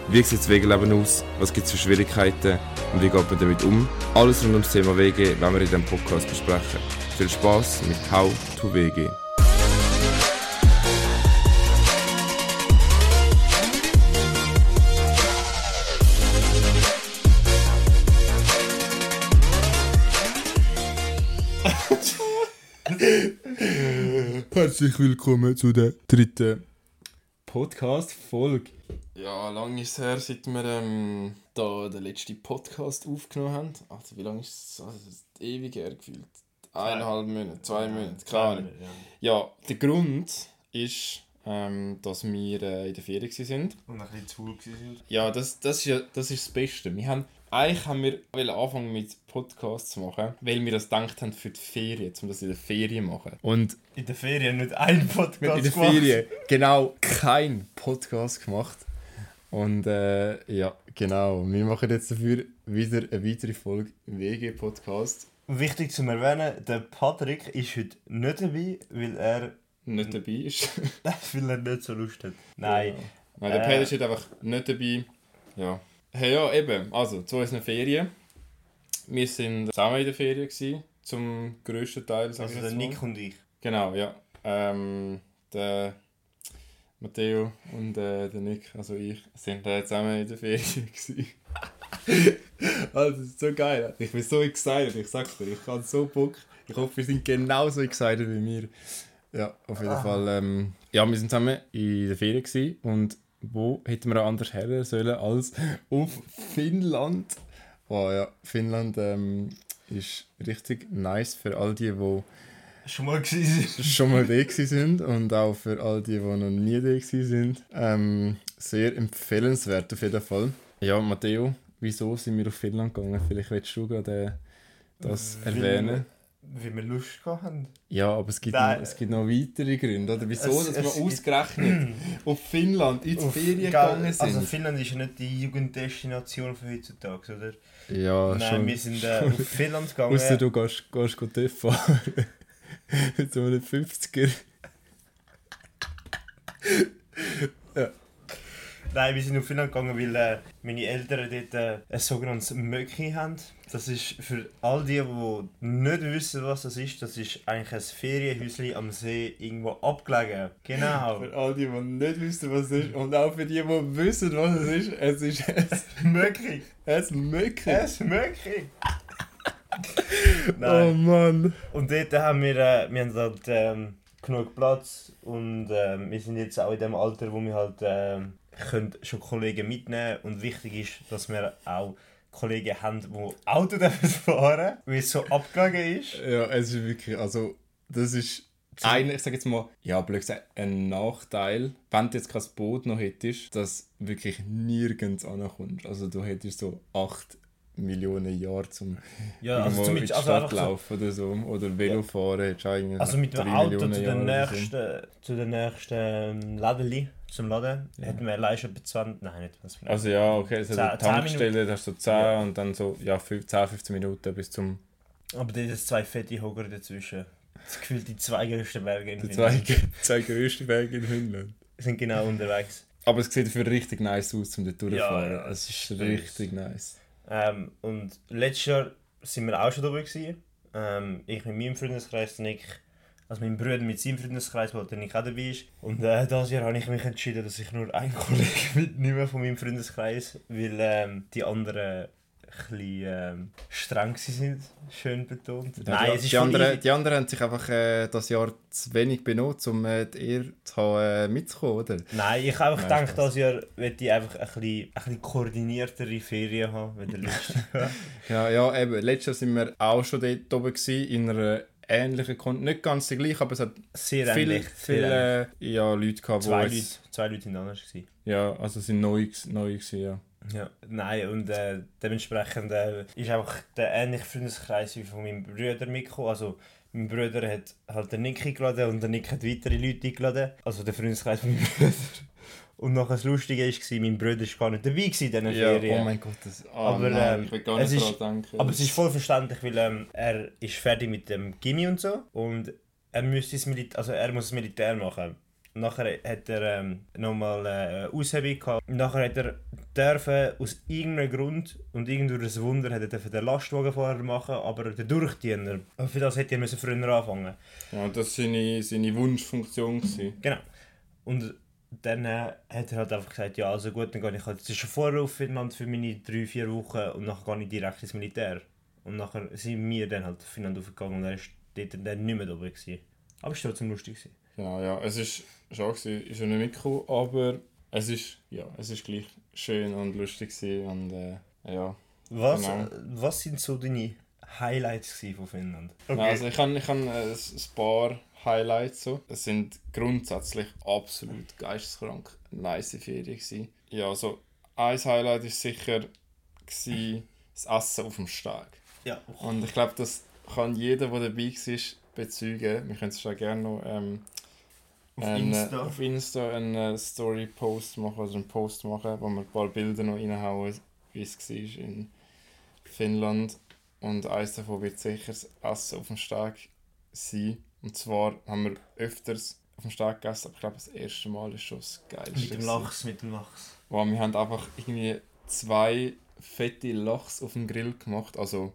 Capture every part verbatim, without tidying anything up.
Wie sieht das Wegeleben aus? Was gibt es für Schwierigkeiten? Und wie geht man damit um? Alles rund ums Thema W G werden wir in diesem Podcast besprechen. Viel Spass mit How to W G. Herzlich willkommen zu der dritten Podcast-Folge. Ja, lange ist es her, seit wir ähm, da den letzten Podcast aufgenommen haben. Also wie lange ist es? Also, es ist ewig her gefühlt. Eineinhalb Monate, zwei Monate, keine Ahnung. Ja, der Grund ist, ähm, dass wir äh, in der Ferien waren. Und ein bisschen zu faul waren. Ja, das, das, ist ja, das ist das Beste. Wir haben, eigentlich haben wir wollen anfangen mit Podcasts zu machen, weil wir das gedacht haben für die Ferien, um das in der Ferien zu machen. Und in der Ferien nicht ein Podcast in der gemacht. Ferien genau kein Podcast gemacht. Und äh, ja, genau. Wir machen jetzt dafür wieder eine weitere Folge W G-Podcast. Wichtig zu erwähnen, der Patrick ist heute nicht dabei, weil er Nicht dabei ist. weil er nicht so Lust hat. Nein. Ja. Nein, der Äh. Peter ist heute einfach nicht dabei. Ja. Hey, ja, eben. Also, zu unseren Ferien. Wir waren zusammen in der Ferien gewesen, zum grössten Teil. Sag Also ich der jetzt mal. Nick und ich. Genau, ja. Ähm, der Matteo und äh, der Nick, also ich, sind äh, zusammen in der Ferien gewesen. Also, das ist so geil. Ich bin so excited, ich sag's dir. Ich habe so Bock. Ich hoffe, wir sind genauso excited wie wir. Ja, auf jeden ah. Fall. Ähm, ja, wir sind zusammen in der Ferien gewesen. Und wo hätten wir auch anders her sollen als auf Finnland? Oh ja, Finnland ähm, ist richtig nice für all die, die schon mal gewesen schon mal da waren und auch für all die, die noch nie da waren. Ähm, sehr empfehlenswert auf jeden Fall. Ja, Matteo, wieso sind wir auf Finnland gegangen? Vielleicht willst du gerade das weil erwähnen. Wir, weil wir Lust gehabt haben. Ja, aber es gibt, noch, es gibt noch weitere Gründe. Oder? Wieso, es, dass es, wir ausgerechnet auf Finnland ins Ferien gegangen sind? Also Finnland ist ja nicht die Jugenddestination für heutzutage, oder? Ja, Nein, schon. wir sind äh, auf Finnland gegangen. Ausser du gehst, gehst T F fahren. Mit so einem fünfziger. Ja. Nein, wir sind auf Finnland gegangen, weil äh, meine Eltern dort äh, ein sogenanntes Möcki haben. Das ist für all die, die nicht wissen, was das ist, das ist eigentlich ein Ferienhäuschen am See irgendwo abgelegen. Genau. Für all die, die nicht wissen, was es ist und auch für die, die wissen, was es ist, es ist ein Möcki. Ein Möcki. Ein Möcki. Oh Mann. Und dort haben wir, äh, wir haben halt ähm, genug Platz und äh, wir sind jetzt auch in dem Alter, wo wir halt äh, können schon Kollegen mitnehmen können. Und wichtig ist, dass wir auch Kollegen haben, die Auto fahren, weil es so abgelegen ist. Ja, es ist wirklich, also das ist ein, ich sage jetzt mal, ja, blöd gesagt, ein Nachteil, wenn du jetzt kein Boot noch hättest, dass du wirklich nirgends ankommst. Also du hättest so acht Millionen Jahre zum ja, also zum in die Stadt also laufen oder so. Oder Velo fahren hättest du eigentlich also mit dem Auto zu den Jahre nächsten, zu den nächsten Lädeli zum Laden ja. Hätten wir allein schon bei zwanzig, nein nicht. Was also ja, okay, also die Tankstelle, da hast du so zehn ja. Und dann so ja, zehn, fünfzehn Minuten bis zum... Aber da sind zwei fette Hocker dazwischen. Das gefühlt die zwei grössten Berge in die Finnland. Die zwei grössten Berge in Finnland. Sind genau unterwegs. Aber es sieht dafür richtig nice aus, um dort durchzufahren. Ja, es ist richtig nice. Ähm, und letztes Jahr sind wir auch schon dabei gewesen. Ähm, ich mit meinem Freundeskreis, Nick, also mein Bruder mit seinem Freundeskreis, weil der Nick auch dabei ist. Und äh, dieses Jahr habe ich mich entschieden, dass ich nur einen Kollegen mitnehme von meinem Freundeskreis, weil ähm, die anderen ein bisschen ähm, streng sind, schön betont. Ja, Nein, die, es ist die, anderen, die anderen haben sich einfach äh, das Jahr zu wenig benutzt, um äh, die Ehre zu haben, äh, mitzukommen, oder? Nein, ich habe einfach gedacht, dieses Jahr möchte ich einfach ein bisschen, ein bisschen koordiniertere Ferien haben, wenn der Lust ja, ja, eben. Letztes Jahr waren wir auch schon dort oben gewesen, in einer ähnlichen Kon- nicht ganz die gleiche, aber es hat sehr viele, ähnlich, viele äh, ja, Leute gehabt, zwei Leute, Leute, zwei Leute sind anders gewesen. Ja, also sind neu, neu gewesen, ja. Ja, nein, und äh, dementsprechend äh, ist einfach der ähnliche Freundeskreis wie von meinem Bruder mitgekommen. Also, mein Bruder hat halt den Nick eingeladen und der Nick hat weitere Leute eingeladen. Also, der Freundeskreis von meinem Bruder. Und nachher das Lustige war, mein Bruder war gar nicht dabei in diesen ja, Ferien. Oh mein Gott, das, oh aber, nein, ähm, ich will gar nicht es ist, daran denken. Aber es ist voll verständlich, weil ähm, er ist fertig mit dem Gymi und so. Und er, müsste das Militär, also er muss das Militär machen. Nachher hat er ähm, nochmal eine Aushebung gehabt. Nachher hat er dürfen aus irgendeinem Grund und irgendein Wunder hätte er den Lastwagenfahrer machen, aber der Durchdiener, für das hätte er müssen früher anfangen. Ja, das war seine, seine Wunschfunktion gewesen. Genau. Und dann äh, hat er halt einfach gesagt, ja, also gut, dann gehe ich halt, es ist schon vorher auf Finnland für meine drei, vier Wochen und nachher gehe ich direkt ins Militär. Und nachher sind wir dann halt auf Finnland aufgegangen und er war dort dann nicht mehr da oben gewesen. Aber es war trotzdem lustig gewesen. Genau, ja, es ist schon gewesen, ist ja nicht mitgekommen, aber es ist, ja, es ist gleich schön und lustig gewesen und äh, ja. Was, Genau. was sind so deine Highlights von Finnland? Okay. Ja, also ich habe ich hab, äh, ein paar Highlights so. Es sind grundsätzlich absolut geisteskrank nice Ferien gewesen. Ja, also ein Highlight war sicher gewesen, das Essen auf dem Steg. Ja. Und ich glaube, das kann jeder, der dabei war, bezeugen. Wir können es schon gerne noch ähm, Auf ein, Insta. auf Insta einen Story-Post machen, also einen Post machen, wo wir ein paar Bilder noch reinhauen, wie es war in Finnland. Und eines davon wird sicher das Essen auf dem Steg sein. Und zwar haben wir öfters auf dem Steg gegessen, aber ich glaube, das erste Mal ist schon das Geilste. Mit dem Lachs, mit dem Lachs. Wow, wir haben einfach irgendwie zwei fette Lachs auf dem Grill gemacht. Also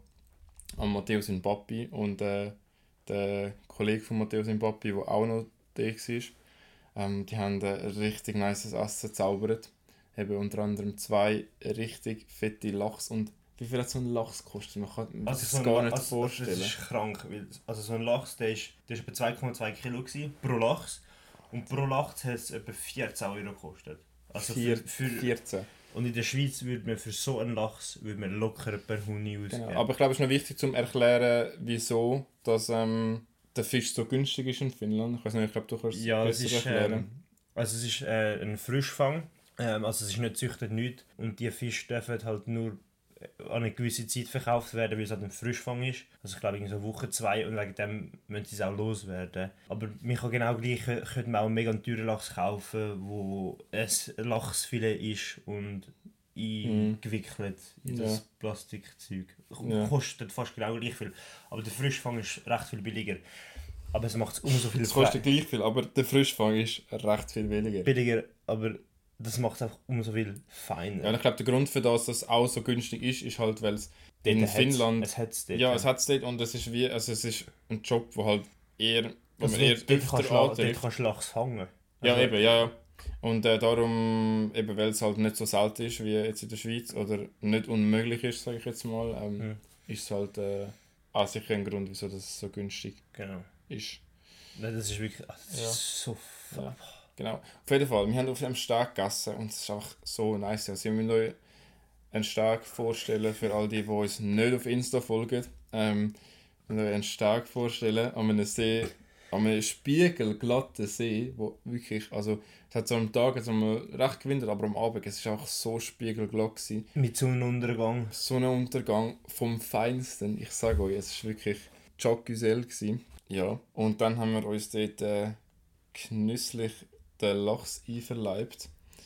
an Matthäus und Papi und äh, der Kollege von Matthäus und Papi, der auch noch da war. Ähm, die haben äh, ein richtig nices Essen gezaubert. Haben unter anderem zwei richtig fette Lachs. Und wie viel hat so ein Lachs gekostet? Man kann sich Also das so ein, gar nicht also, vorstellen. Das ist krank. Weil, also so ein Lachs, der ist, der ist etwa zwei Komma zwei Kilo gewesen, pro Lachs. Und pro Lachs hat es etwa vierzehn Euro gekostet. Also Vier, für, für, vierzehn. Und in der Schweiz würde man für so einen Lachs würde man locker per Huni ausgeben. Genau. Aber ich glaube, es ist noch wichtig zu erklären, wieso dass, ähm, der Fisch so günstig ist in Finnland. Ich weiß nicht, ich glaube, du kannst es Ja, es besser ist, erklären. ähm, also es ist äh, ein Frischfang. Ähm, also es ist nicht züchtet nichts. Und die Fische dürfen halt nur an eine gewisse Zeit verkauft werden, weil es halt ein Frischfang ist. Also ich glaube, in so Woche zwei und wegen dem müssen sie es auch loswerden. Aber man kann genau gleich, könnte man auch einen mega teuren Lachs kaufen, wo ein Lachsfilet ist und eingewickelt in das Ja. Plastikzeug. Ja. Kostet fast genau gleich viel. Aber der Frischfang ist recht viel billiger. Aber es macht es umso viel Es kostet gleich viel, aber der Frischfang ist recht viel billiger. billiger, aber das macht es einfach umso viel feiner. Ja, und ich glaube, der Grund für das, dass es auch so günstig ist, ist halt, weil es in Dort hat's- Finnland... Es hat's dort, ja, es hat es dort und es ist wie... Also es ist ein Job, wo halt eher... Wo Also man eher dort, dort, kannst öfter du, dort antrifft. kannst du Lachs fangen. Ja, Also- eben, ja, ja. Und äh, darum, eben weil es halt nicht so selten ist wie jetzt in der Schweiz oder nicht unmöglich ist, sage ich jetzt mal, ähm, Mhm. ist es halt äh, auch sicher ein Grund, wieso das so günstig Genau. ist. Nein, das ist wirklich... ach, Das Ja. ist so... Ja. Genau. Auf jeden Fall, wir haben auf dem Steg gegessen und es ist einfach so nice. Also, wir müssen euch einen Steg vorstellen für all die, die uns nicht auf Insta folgen. Ähm, wir müssen euch einen Steg vorstellen an einem See, an einem spiegelglatten See, wo wirklich, also es hat so am Tag jetzt recht gewindet, aber am Abend, es war auch so spiegelglatt gewesen. Mit Sonnenuntergang. Sonnenuntergang vom Feinsten. Ich sage euch, es war wirklich Jacques gewesen. Ja. Und dann haben wir uns dort äh, genüsslich den Lachs einverleibt.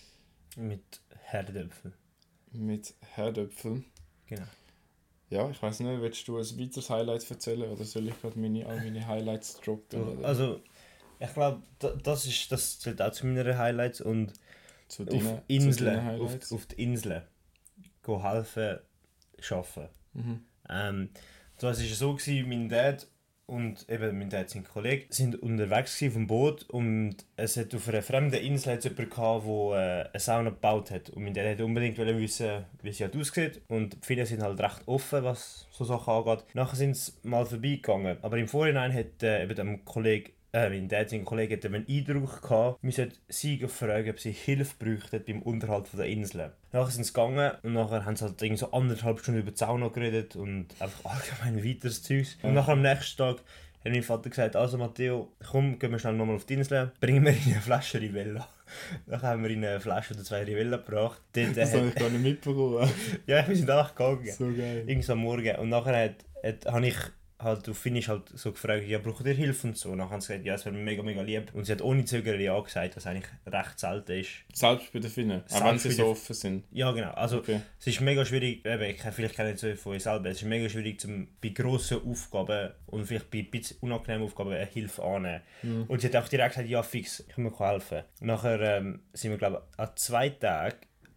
Mit Herdöpfel. Mit Herdöpfeln. Genau. Ja, ich weiß nicht, willst du ein weiteres Highlight erzählen oder soll ich gerade meine, all meine Highlights droppen? Oder? Also, ich glaube, das, ist, das zählt auch zu meinen Highlights. Und zu auf deinen, Inseln, zu deinen auf, Highlights? auf die Inseln go helfen, arbeiten. Mhm. Ähm, das war so, gewesen, mein Dad und eben mein Dad, sein Kollege, sind unterwegs auf dem Boot und es hat auf einer fremden Insel hat's jemanden gehabt, der äh, eine Sauna gebaut hat. Und mein Dad wollte unbedingt wissen, wie sie halt aussieht. Und viele sind halt recht offen, was so Sachen angeht. Nachher sind sie mal vorbeigegangen. Aber im Vorhinein hat äh, eben dem Kollege Äh, mein Dad, sein Kollege, hatte einen Eindruck gehabt, wir sollten sie fragen, ob sie Hilfe bräuchten beim Unterhalt der Insel. Nachher sind sie gegangen und nachher haben sie halt irgendwie so anderthalb Stunden über die Sauna geredet und einfach allgemein weiteres Zeugs. Und nachher am nächsten Tag hat mein Vater gesagt, also Matteo, komm, gehen wir schnell nochmal auf die Insel, bringen wir ihnen eine Flasche Rivella. Dann haben wir ihnen eine Flasche oder zwei Rivella gebracht. Dort, Das äh, habe ich gar nicht mitbekommen. ja, wir sind einfach gegangen. So geil. Irgendwie so am Morgen. Und nachher hat, hat, habe ich halt auf Finnisch halt so gefragt, ja, braucht ihr Hilfe und so. Und dann haben sie gesagt, ja, es wäre mir mega, mega lieb. Und sie hat ohne Zögern ja gesagt, was eigentlich recht selten ist. Selbst bei den Finnen, auch Selbst wenn sie bei so den- offen sind. Ja, genau. Also, Okay. es ist mega schwierig, eben, ich kann vielleicht keine so von euch selber, es ist mega schwierig, zum, bei grossen Aufgaben und vielleicht bei ein bisschen unangenehmen Aufgaben eine Hilfe anzunehmen. Mhm. Und sie hat auch direkt gesagt, ja, fix, ich kann mir helfen. Nachher ähm, sind wir, glaube ich, an zwei Tagen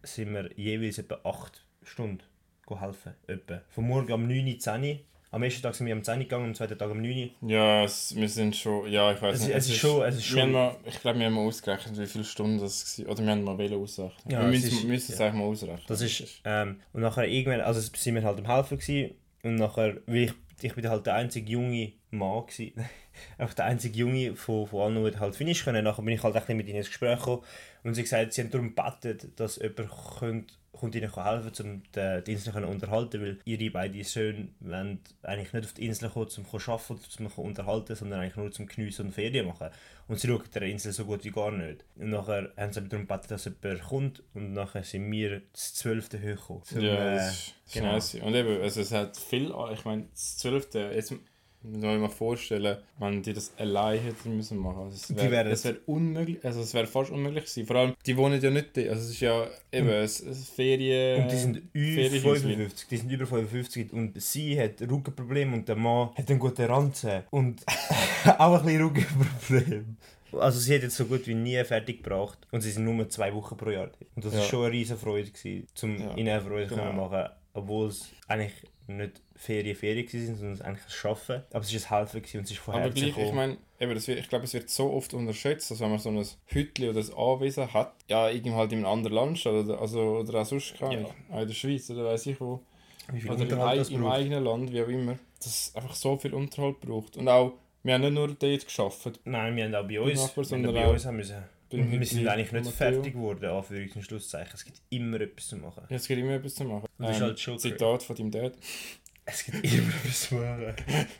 sind wir jeweils etwa acht Stunden helfen. Etwa. Vom Morgen um neun Uhr, zehn Uhr. Am ersten Tag sind wir um zehn Uhr gegangen, am zweiten Tag um neun Uhr. Ja, es, wir sind schon, ja, ich weiß Es, nicht. es, ist schon, es ist Wir schon... haben mal, ich glaube, wir haben mal ausgerechnet, wie viele Stunden das war. Oder wir haben mal wollen ausrechnen. Ja, wir es müssen, ist- müssen es ja. eigentlich mal ausrechnen. Das ist, ähm, und nachher irgendwann, also sind wir halt am Helfen gewesen, und nachher, weil ich, ich bin halt der einzige junge Mann gewesen, einfach der einzige Junge von, von allen, die halt Finnisch können. Nachher bin ich halt ein bisschen mit ihnen ins Gespräch gekommen und sie gesagt, sie haben darum gebeten, dass jemand könnt, kommt ihnen helfen kann, um die, die Insel zu unterhalten, weil ihre beiden Söhne wollen eigentlich nicht auf die Insel kommen, um zu arbeiten oder zum unterhalten, sondern eigentlich nur zum Geniessen und Ferien machen. Und sie schauen der Insel so gut wie gar nicht. Und nachher haben sie darum gebeten, dass jemand kommt, und nachher sind wir das zwölfte hochgekommen. Zum, Ja, äh, das ist genau. scheiße. Und eben, also es hat viel, ich meine, das zwölfte, jetzt muss ich mir vorstellen, wenn die das allein hätten müssen machen. Also es Die wäre wären- es wär unmöglich, also es wäre fast unmöglich gewesen. Vor allem, die wohnen ja nicht da, also es ist ja eben ein, ein Ferien... Und die sind über Ferienhäuschen. fünfundfünfzig, die sind über fünfundfünfzig, und sie hat Rückenprobleme und der Mann hat einen guten Ranzen und auch ein bisschen Rückenprobleme. Also sie hat jetzt so gut wie nie fertig gebracht, und sie sind nur zwei Wochen pro Jahr. Und das war Ja. schon eine riesen Freude, um Ja. ihnen eine Freude Genau. zu machen, obwohl es eigentlich nicht Ferien Ferien waren, sondern es eigentlich ein Arbeiten. Aber es war ein Helfen gewesen und es ist von Aber Herzen gleich, ich gekommen. meine, eben, das wird, ich glaube, es wird so oft unterschätzt, dass wenn man so ein Hütchen oder ein Anwesen hat, ja, irgendwie halt in einem anderen Land steht, oder, also, oder auch sonst, keine Ahnung, auch in der Schweiz oder weiss ich wo, Wie viel oder im, Unterhalt eig- das im braucht. eigenen Land, wie auch immer, dass es einfach so viel Unterhalt braucht. Und auch, wir haben nicht nur dort gearbeitet. Nein, wir haben auch bei Bei uns, Nachbarn, wir haben sondern bei auch uns haben müssen. beim Und wir sind Hütli eigentlich nicht von fertig Matteo. geworden, Anführungs- und Schlusszeichen. Es gibt immer etwas zu machen. Ja, es gibt immer etwas zu machen. Und das ist halt schon Zitat von deinem Dad. Es gibt immer etwas zu machen.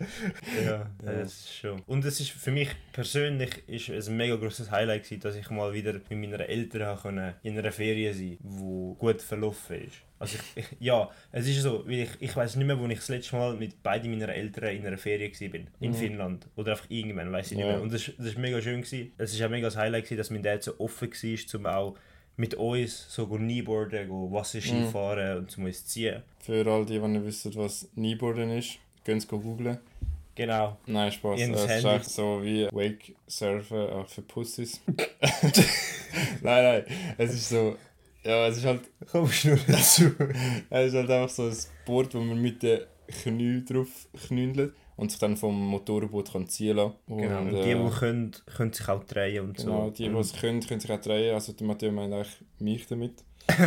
ja, das ist schon. Und es ist für mich persönlich ist es ein mega grosses Highlight gewesen, dass ich mal wieder mit meinen Eltern habe können in einer Ferien sein, die gut verlaufen ist. Also ich, ich, ja, es ist so, weil ich, ich weiß nicht mehr, wo ich das letzte Mal mit beiden meiner Eltern in einer Ferie war, in Mhm. Finnland. Oder einfach irgendwann, weiß ich nicht Ja. mehr. Und das, das ist mega schön gewesen. Es ist auch mega das Highlight gewesen, dass mein Dad so offen war, um auch mit uns so Kneeboarden, go Wasserski Mhm. fahren und um uns zu ziehen. Für all die, die nicht wissen, was Kneeboarden ist, gehen Sie googeln. Genau. Nein, Spaß. Ins Es ist Handy. echt so wie Wake-Surfen, auch für Pussys. nein, nein, es ist so... Ja, es ist halt... Kommst du nur dazu? Es ist halt einfach so ein Board, wo man mit den Knien drauf knündelt und sich dann vom Motorboot kann ziehen lassen. Genau, und äh, die, die können, können sich auch drehen und Genau, so. die, die es können, können sich auch drehen. Also der Matteo meint eigentlich mich damit.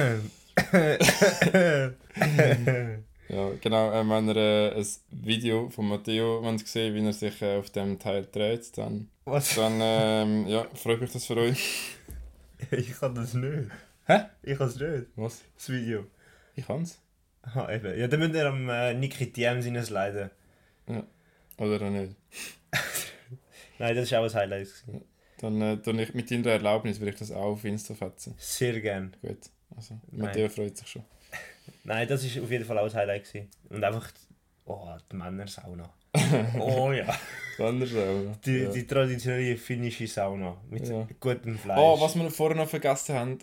Ja, genau. Ähm, wenn ihr äh, ein Video von Matteo wenn ihr gesehen, wie er sich äh, auf dem Teil dreht, dann, Was? dann ähm, ja, freut mich das für euch. Ich kann das nicht. Hä? Ich kann es nicht, Was? das Video. Ich kann's. Aha, eben. Ja, dann müsst ihr am äh, Niki D M reinsliden. Oder auch nicht. Nein, das war auch ein Highlight. gewesen. Dann äh, dann ich, mit deiner Erlaubnis will ich das auch auf Insta fetzen. Sehr gern. Gut. Also, Nein. Matteo freut sich schon. Nein, das war auf jeden Fall auch ein Highlight. Gewesen. Und einfach, oh, die Männersauna. Oh ja. Das andere auch. Die, ja. die traditionelle finnische Sauna. Mit Ja. gutem Fleisch. Oh, was wir vorher noch vergessen haben.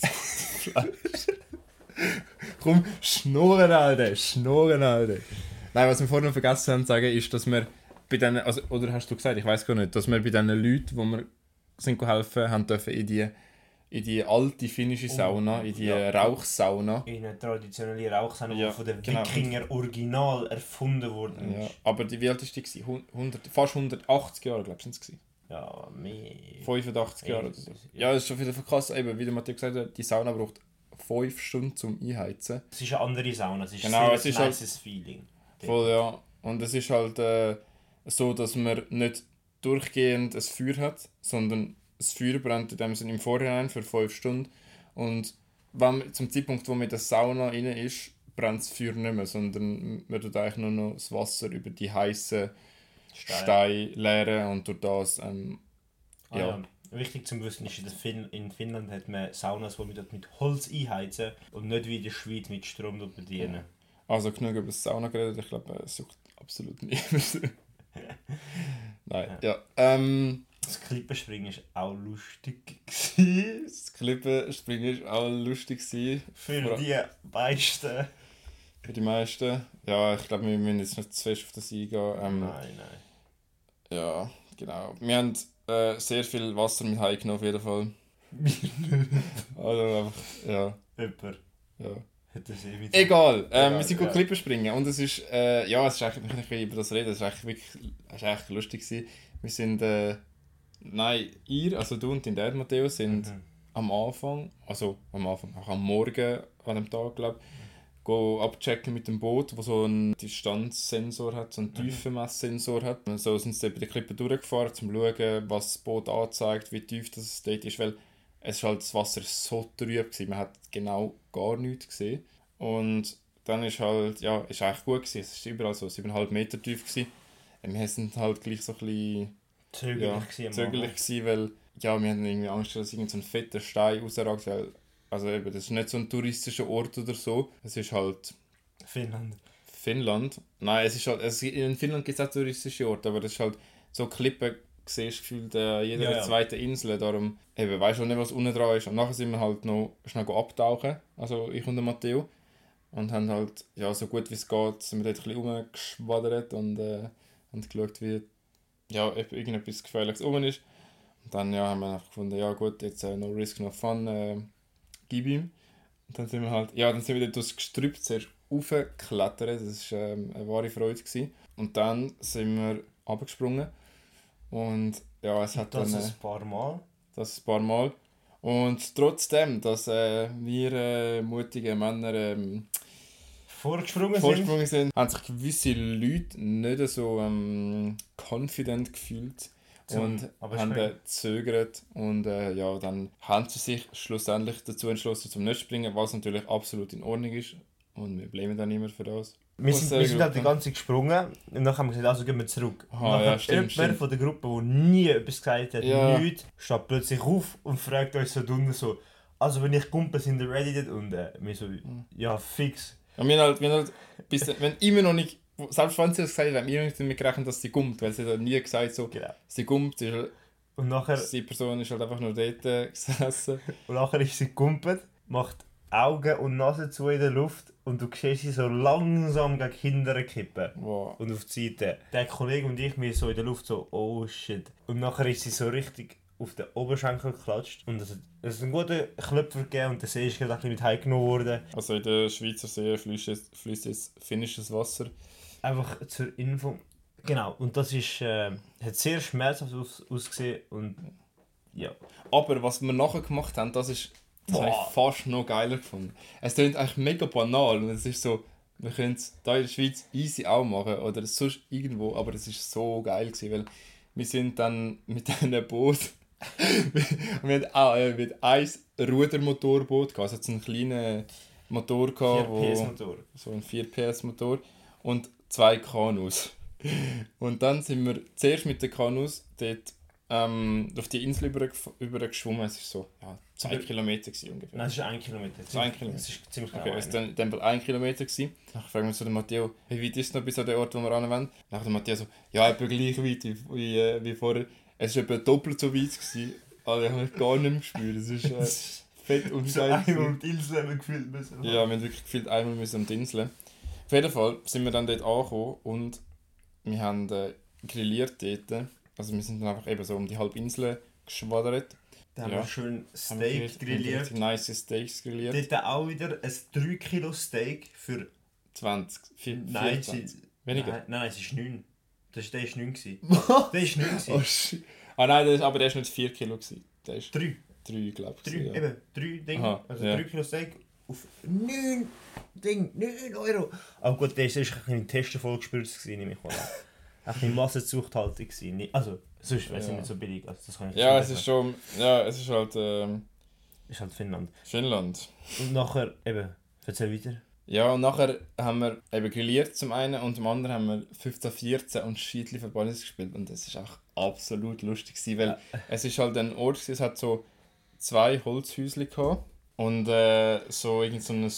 Komm, schnurren, Alter, schnurren, Alter. Nein, was wir vorher noch vergessen haben zu sagen, ist, dass wir bei diesen, also, oder hast du gesagt, ich weiß gar nicht, dass wir bei diesen Leuten, die wir sind helfen, haben dürfen in die, in die alte finnische Sauna, in die ja. Rauchsauna. In eine traditionelle Rauchsauna, Ja, die von den genau. Wikinger original erfunden worden Ja, ist. aber die, wie alt ist die? gewesen? hundert, fast hundertachtzig Jahre, glaube ich, sind es gewesen. Ja, mehr. fünfundachtzig Jahre oder so. Ja, das ist schon wieder krass. Eben, wie der Matthias gesagt hat, die Sauna braucht fünf Stunden zum Einheizen. Es ist eine andere Sauna, es ist Genau, sehr es ist ein halt- nices Feeling. Voll, ja. Und es ist halt äh, so, dass man nicht durchgehend ein Feuer hat, sondern das Feuer brennt in dem Sinne im Vorhinein für fünf Stunden. Und wenn man, zum Zeitpunkt, wo man in der Sauna rein ist, brennt das Feuer nicht mehr, sondern man tut eigentlich nur noch das Wasser über die heißen Stein. Steine leeren und durch das ähm, Ah, ja. ja. Wichtig zu wissen ist, in, fin in Finnland hat man Saunas, die man mit Holz einheizen und nicht wie in der Schweiz mit Strom bedienen. Also genug über das Sauna geredet, ich glaube, es sucht absolut niemand. Nein, ja. Ähm, Das Klippenspringen war auch lustig. gewesen. das Klippenspringen war auch lustig gewesen, Für Vor- die meisten. für die meisten. Ja, ich glaube, wir müssen jetzt nicht zu fest auf das eingehen. Ähm, Nein, nein. ja, genau. Wir haben äh, sehr viel Wasser mit heimgenommen, auf jeden Fall. Also einfach, ja. Jemand. ja. Hat das eh mit. Egal, ähm, Egal, wir sind gut ja. Klippen springen und es ist, äh, ja, es ist eigentlich, wenn ich über das rede, es ist eigentlich wirklich, es ist eigentlich lustig gewesen. Wir sind, äh, nein, ihr, also du und dein Dad, Matteo, sind Mhm. am Anfang, also am Anfang, auch am Morgen an dem Tag, glaube ich, go abchecken mit dem Boot, wo so einen Distanzsensor hat, so einen Tiefenmesssensor hat. So sind sie bei der Klippe durchgefahren, um zu schauen, was das Boot anzeigt, wie tief das dort ist, weil es ist halt, das Wasser so trüb gewesen, man hat genau gar nichts gesehen. Und dann ist halt, ja, ist eigentlich gut gewesen, es ist überall so sieben Komma fünf Meter tief gewesen. Wir sind halt gleich so ein bisschen Zögerlich ja, gewesen am zögerlich Anfang. gewesen, weil ja, wir hatten irgendwie Angst, dass irgend so ein fetter Stein rausragt, weil also eben, das ist nicht so ein touristischer Ort oder so, es ist halt Finnland. Finnland. Nein, es ist halt, es, in Finnland gibt es auch touristische Orte, aber das ist halt so Klippen, siehst gefühlt äh, jeder Ja, ja. zweiten Insel, darum eben, weißt du nicht, was unten dran ist. Und nachher sind wir halt noch schnell abtauchen, also ich und der Matteo, und haben halt, ja, so gut wie es geht, sind wir dort ein bisschen rumgeschwadert und äh, haben geschaut, wie ja, ob irgendetwas Gefährliches oben ist. Und dann ja, haben wir einfach gefunden, ja gut, jetzt äh, no risk, no fun, äh, gib ihm. Und dann sind wir halt, ja, dann sind wir dort durchs Gestrüpp zuerst raufgeklettert, das war ähm, eine wahre Freude gewesen. Und dann sind wir runtergesprungen und ja, es hat Das dann äh, ein paar Mal. das ein paar Mal. Und trotzdem, dass äh, wir äh, mutige Männer ähm, Vorgesprungen sind. vorgesprungen sind, haben sich gewisse Leute nicht so ähm, confident gefühlt Zum und Abspringen. haben äh, gezögert und äh, ja, dann haben sie sich schlussendlich dazu entschlossen zum nicht springen, was natürlich absolut in Ordnung ist und wir bleiben dann immer für das. Wir Aus sind, der wir sind halt Gruppe. die ganze Zeit gesprungen und dann haben wir gesagt, also gehen wir zurück. Aha, und dann ja, hat stimmt, jemand stimmt. von der Gruppe, der nie etwas gesagt hat, Ja. nichts, steht plötzlich auf und fragt uns so unten so, also wenn ich kumpe, sind ihr ready dort unten? Wir so, ja fix. Und wir haben halt, wir haben halt bis, wenn immer noch nicht, selbst wenn sie das gesagt haben, haben wir nicht damit gerechnet, dass sie kommt, weil sie hat nie gesagt, so, Genau. sie kommt, sie ist, Und nachher, die Person ist halt einfach nur dort äh, gesessen. und nachher ist sie gekumpelt, macht Augen und Nase zu in der Luft und du siehst sie so langsam gegen hinten kippen. Wow. Und auf die Seite. Der Kollege und ich, wir so in der Luft so, oh shit. Und nachher ist sie so richtig auf den Oberschenkel geklatscht. Und es hat, es hat einen guten Klöpfer gegeben und der See ist gerade ein bisschen mit heimgenommen worden. Also in der Schweizer See fließt jetzt, fließt jetzt finnisches Wasser. Einfach zur Info. Genau, und das ist, äh, hat sehr schmerzhaft aus, ausgesehen und ja. Aber was wir nachher gemacht haben, das ist das habe ich Boah. fast noch geiler gefunden. Es klingt eigentlich mega banal und es ist so, wir können es hier in der Schweiz easy auch machen oder sonst irgendwo, aber es ist so geil gewesen, weil wir sind dann mit einem Boot wir hatten auch äh, mit einem Rudermotorboot gehabt, also so einen kleinen Motor gehabt, vier P S wo Motor. so ein vier P S Motor und zwei Kanus. Und dann sind wir zuerst mit den Kanus dort ähm, auf die Insel über, über geschwommen. Es war so ja, zwei Über- Kilometer gewesen ungefähr. Nein, es ist ein Kilometer. ist ein Kilometer. Es ist ziemlich genau Okay, es einer. war dann, dann ein Kilometer. Gewesen. Dann fragen wir so den Matteo, wie weit ist es noch bis an den Ort, wo wir anwenden? Dann der Matteo so, ja, etwa gleich weit wie, wie, äh, wie vorher. Es war etwa doppelt so weit gewesen. Also ich habe mich gar nicht mehr gespürt. Es ist äh, fett und So geil einmal gewesen. um die Insel haben wir gefühlt müssen. Ja, wir haben wirklich gefühlt einmal müssen um die Insel. Auf jeden Fall sind wir dann dort angekommen und wir haben äh, grilliert dort. Also wir sind dann einfach eben so um die halbe Insel geschwadert. Da haben Ja. wir schön Haben wir Steak grilliert. richtig Nice Steaks grilliert. Dort auch wieder ein drei Kilo Steak für... zwanzig, vier, Nein, vierundzwanzig. sie- Weniger? Nein, nein, es ist neun. Das, der war neun. gewesen. Der war neun. Oh gewesen. shit. Ah nein, das, aber der war nicht vier Kilo. Gewesen. Der ist drei. drei, glaube ich. Drei, Ja. eben, drei Dinge. Aha, Also ja. drei Kilo Steak auf neun Ding, neun Euro. Aber gut, der war ein bisschen im Testen vollgespritzt, nehme ich mal an. Ein bisschen Massenzuchthaltung gewesen. Nicht- Also, sonst wäre es Ja. nicht so billig. Also das kann ich Ja, nicht es sagen. ist schon. Ja, es ist halt ähm, Ist halt Finnland. Finnland. Und nachher, eben, erzähl weiter. Ja, und nachher haben wir eben grilliert zum einen und zum anderen haben wir fünfzehn vierzehn und Schiedli für Ballis gespielt und das ist auch absolut lustig gewesen, weil es ist halt ein Ort gewesen, es hat so zwei Holzhäuschen gehabt und äh, so irgend so ein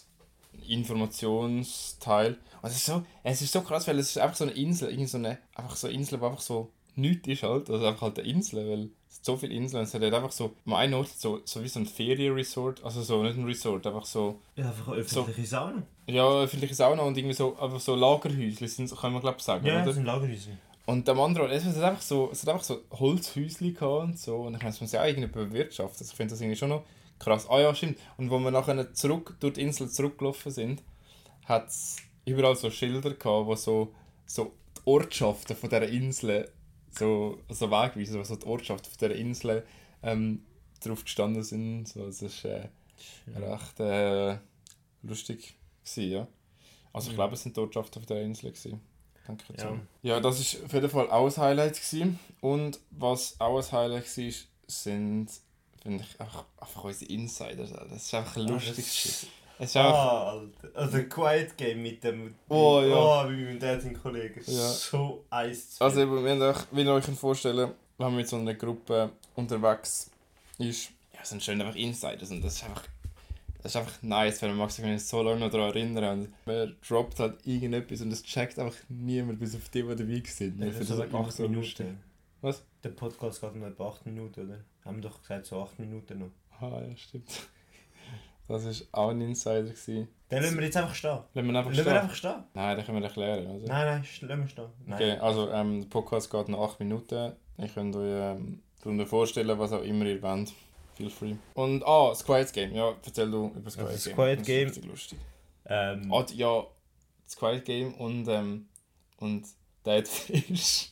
Informationsteil und es ist so, es ist so krass, weil es ist einfach so eine Insel, irgend so eine, einfach so eine Insel, wo einfach so nichts ist halt, also einfach halt eine Insel, weil es hat so viele Inseln und es hat halt einfach so, am einen Ort so, so wie so ein Ferienresort, also so, nicht ein Resort, einfach so Ja, einfach eine öffentliche Sauna. ja, öffentliche Sauna und irgendwie so, einfach so Lagerhäuschen sind, kann man glaube ich sagen, Ja, oder? das sind Lagerhäuser. Und am anderen, es hat einfach so, es hat einfach so Holzhäuschen gehabt und so. Und ich meine, es muss ja auch irgendwie bewirtschaften. Also ich finde das irgendwie schon noch krass. Ah ja, stimmt. Und wo wir nachher zurück, durch die Insel zurückgelaufen sind, hat es überall so Schilder gehabt, wo so, so die Ortschaften von dieser Insel, so, so wegweisen, wo so die Ortschaften von dieser Insel ähm, drauf gestanden sind. So, das war äh, recht äh, lustig gewesen, ja. Also ich glaube, es sind die Ortschaften von dieser Insel gewesen. Danke Ja. ja. ja, das war auf jeden Fall auch ein Highlight gewesen. Und was auch ein Highlight war, sind, finde ich, einfach, einfach unsere Insider. Das ist einfach lustig. Es ist einfach... Ah, Alter. Also Quiet Game mit dem... Oh, ja. Oh, mit meinem Dad und Kollegen. Ja. So eins zu Also eben, wir haben euch, wie ihr euch vorstellen könnt, wenn man mit so einer Gruppe unterwegs ist, ja, es sind schön einfach Insiders und das ist einfach... Das ist einfach nice, weil man mag sich so lange noch daran erinnern und man droppt halt irgendetwas und es checkt einfach niemand, bis auf die, die dabei sind. Ja, Ich finde so das einfach acht so lustig. Minuten. Was? Der Podcast geht noch etwa acht Minuten, oder? Haben wir doch gesagt, so acht Minuten noch. Ah ja, stimmt. Das war auch ein Insider gewesen. Den lassen wir jetzt einfach stehen. Lassen wir einfach Lassen stehen? wir einfach stehen? Nein, den können wir erklären, oder? Nein, nein, sch- lassen wir stehen. Nein. Okay, also ähm, der Podcast geht noch acht Minuten. Ich könnt euch ähm, darunter vorstellen, was auch immer ihr wollt. Feel free. Und ah, das Quiet Game. Ja, erzähl du über das Quiet Also das Game. Quiet das Game- ist richtig lustig. Ähm, Ah, die- ja, das Quiet Game und, ähm, und Dead Fish.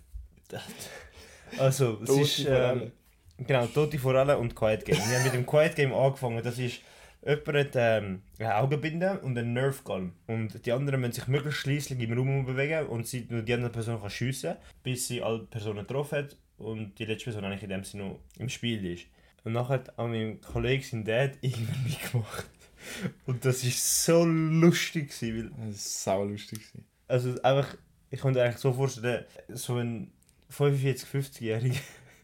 also, es Tote ist... Forelle. Ähm, genau, Tote Forelle und Quiet Game. Wir haben mit dem Quiet Game angefangen. Das ist... Jemand hat ähm, eine Augenbinde und einen Nerf Gun. Und die anderen müssen sich möglichst schliesslich im Raum bewegen und sie, nur die andere Person kann schiessen, bis sie alle Personen getroffen hat und die letzte Person eigentlich in dem Sinne noch im Spiel ist. Und nachher hat auch mein Kollege, sein Dad, irgendwann mitgemacht. Und das war so lustig, gewesen, weil... Das war sau lustig. gewesen. Also einfach, ich kann mir eigentlich so vorstellen, so ein fünfundvierzig-, fünfzigjähriger